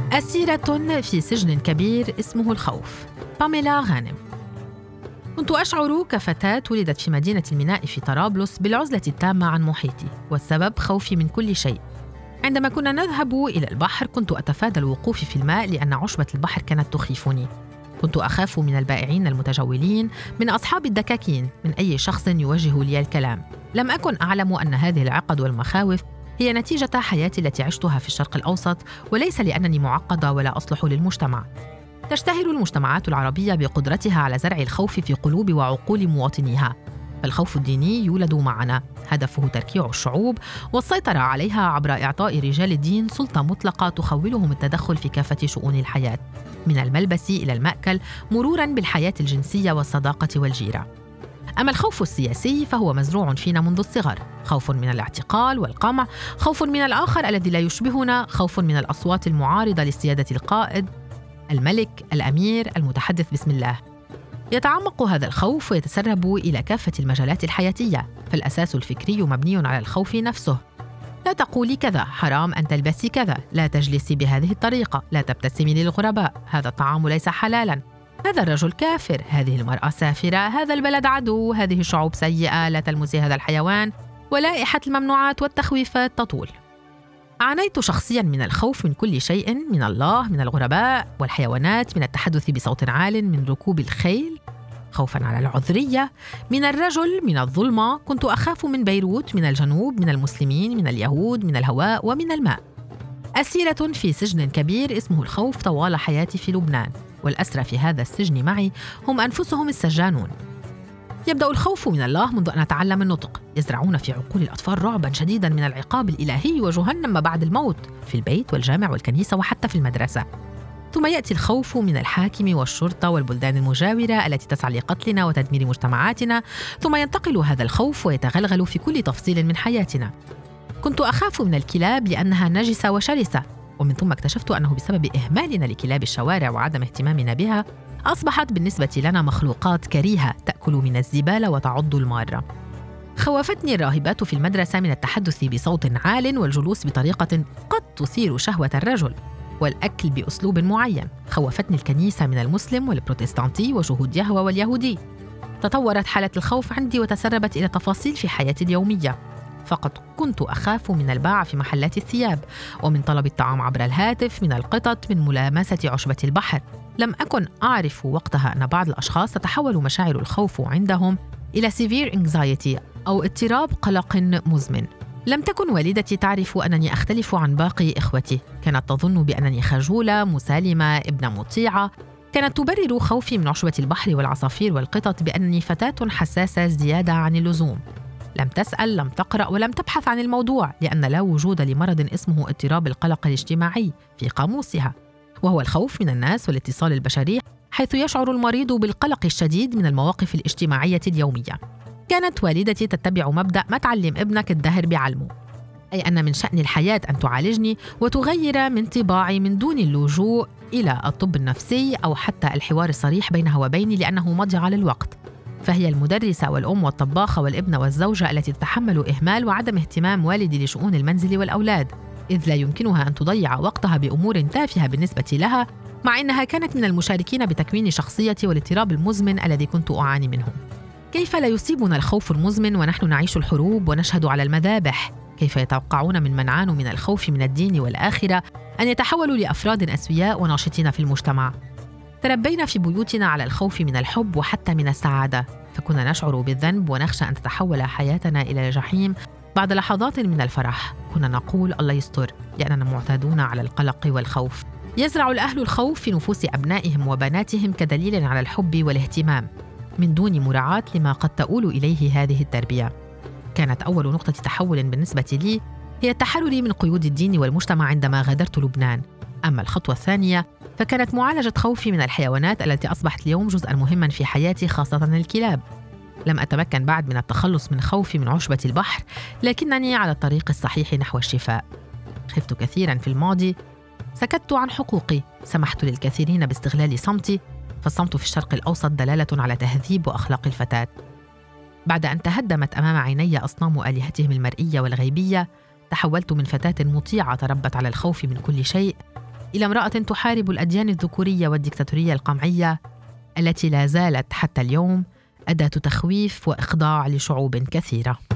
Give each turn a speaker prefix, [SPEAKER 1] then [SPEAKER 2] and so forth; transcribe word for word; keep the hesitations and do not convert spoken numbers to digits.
[SPEAKER 1] أسيرة في سجن كبير اسمه الخوف. باميلا غانم. كنت أشعر كفتاة ولدت في مدينة الميناء في طرابلس بالعزلة التامة عن محيطي، والسبب خوفي من كل شيء. عندما كنا نذهب إلى البحر كنت أتفادى الوقوف في الماء لأن عشبة البحر كانت تخيفني. كنت أخاف من البائعين المتجولين، من أصحاب الدكاكين، من أي شخص يوجه لي الكلام. لم أكن أعلم أن هذه العقد والمخاوف هي نتيجة حياتي التي عشتها في الشرق الأوسط، وليس لأنني معقدة ولا أصلح للمجتمع. تشتهر المجتمعات العربية بقدرتها على زرع الخوف في قلوب وعقول مواطنيها، فالخوف الديني يولد معنا، هدفه تركيع الشعوب والسيطرة عليها عبر إعطاء رجال الدين سلطة مطلقة تخولهم التدخل في كافة شؤون الحياة، من الملبس إلى المأكل، مروراً بالحياة الجنسية والصداقة والجيرة. أما الخوف السياسي فهو مزروع فينا منذ الصغر، خوف من الاعتقال والقمع، خوف من الآخر الذي لا يشبهنا، خوف من الأصوات المعارضة لسيادة القائد، الملك، الأمير، المتحدث باسم الله. يتعمق هذا الخوف ويتسرب إلى كافة المجالات الحياتية، فالأساس الفكري مبني على الخوف نفسه. لا تقولي كذا، حرام أن تلبسي كذا، لا تجلسي بهذه الطريقة، لا تبتسمي للغرباء، هذا الطعام ليس حلالاً، هذا الرجل كافر، هذه المرأة سافرة، هذا البلد عدو، هذه الشعوب سيئة، لا تلمسي هذا الحيوان، ولائحة الممنوعات والتخويفات تطول. عانيت شخصياً من الخوف من كل شيء، من الله، من الغرباء والحيوانات، من التحدث بصوت عال، من ركوب الخيل، خوفاً على العذرية، من الرجل، من الظلمة. كنت أخاف من بيروت، من الجنوب، من المسلمين، من اليهود، من الهواء ومن الماء. أسيرة في سجن كبير اسمه الخوف طوال حياتي في لبنان، والأسرى في هذا السجن معي هم أنفسهم السجانون. يبدأ الخوف من الله منذ أن أتعلم النطق، يزرعون في عقول الأطفال رعباً شديداً من العقاب الإلهي وجهنم بعد الموت، في البيت والجامع والكنيسة وحتى في المدرسة. ثم يأتي الخوف من الحاكم والشرطة والبلدان المجاورة التي تسعى لقتلنا وتدمير مجتمعاتنا، ثم ينتقل هذا الخوف ويتغلغل في كل تفصيل من حياتنا. كنت أخاف من الكلاب لأنها نجسة وشرسة، ومن ثم اكتشفت أنه بسبب إهمالنا لكلاب الشوارع وعدم اهتمامنا بها أصبحت بالنسبة لنا مخلوقات كريهة تأكل من الزبالة وتعض المارة. خوفتني الراهبات في المدرسة من التحدث بصوت عال والجلوس بطريقة قد تثير شهوة الرجل، والأكل بأسلوب معين. خوفتني الكنيسة من المسلم والبروتستانتي وشهود يهوه واليهودي. تطورت حالة الخوف عندي وتسربت إلى تفاصيل في حياتي اليومية، فقد كنت أخاف من الباعة في محلات الثياب، ومن طلب الطعام عبر الهاتف، من القطط، من ملامسة عشبة البحر. لم أكن أعرف وقتها أن بعض الأشخاص تتحول مشاعر الخوف عندهم إلى severe anxiety أو اضطراب قلق مزمن. لم تكن والدتي تعرف أنني أختلف عن باقي إخوتي، كانت تظن بأنني خجولة، مسالمة، ابنة مطيعة. كانت تبرر خوفي من عشبة البحر والعصافير والقطط بأنني فتاة حساسة زيادة عن اللزوم. لم تسأل، لم تقرأ، ولم تبحث عن الموضوع، لأن لا وجود لمرض اسمه اضطراب القلق الاجتماعي في قاموسها، وهو الخوف من الناس والاتصال البشري، حيث يشعر المريض بالقلق الشديد من المواقف الاجتماعية اليومية. كانت والدتي تتبع مبدأ ما تعلم ابنك الدهر بعلمه، أي أن من شأن الحياة أن تعالجني وتغير من طباعي من دون اللجوء إلى الطب النفسي أو حتى الحوار الصريح بينها وبيني، لأنه مضيعة للوقت. فهي المدرسة والأم والطباخة والابنة والزوجة التي تتحمل إهمال وعدم اهتمام والدي لشؤون المنزل والأولاد، إذ لا يمكنها أن تضيع وقتها بأمور تافهة بالنسبة لها، مع أنها كانت من المشاركين بتكوين شخصيتي والاضطراب المزمن الذي كنت أعاني منه. كيف لا يصيبنا الخوف المزمن ونحن نعيش الحروب ونشهد على المذابح؟ كيف يتوقعون من من عانوا من الخوف من الدين والآخرة أن يتحولوا لأفراد أسوياء وناشطين في المجتمع؟ تربينا في بيوتنا على الخوف من الحب وحتى من السعادة، فكنا نشعر بالذنب ونخشى أن تتحول حياتنا إلى جحيم بعد لحظات من الفرح. كنا نقول الله يستر، لأننا معتادون على القلق والخوف. يزرع الأهل الخوف في نفوس أبنائهم وبناتهم كدليل على الحب والاهتمام، من دون مراعاة لما قد تؤول إليه هذه التربية. كانت أول نقطة تحول بالنسبة لي هي التحرر من قيود الدين والمجتمع عندما غادرت لبنان. أما الخطوة الثانية فكانت معالجة خوفي من الحيوانات التي أصبحت اليوم جزءاً مهماً في حياتي، خاصة الكلاب. لم أتمكن بعد من التخلص من خوفي من عشبة البحر، لكنني على الطريق الصحيح نحو الشفاء. خفت كثيراً في الماضي، سكت عن حقوقي، سمحت للكثيرين باستغلال صمتي، فالصمت في الشرق الأوسط دلالة على تهذيب وأخلاق الفتاة. بعد أن تهدمت أمام عيني أصنام آلهتهم المرئية والغيبية، تحولت من فتاة مطيعة تربت على الخوف من كل شيء إلى امرأة تحارب الأديان الذكورية والديكتاتورية القمعية التي لا زالت حتى اليوم أداة تخويف وإخضاع لشعوب كثيرة.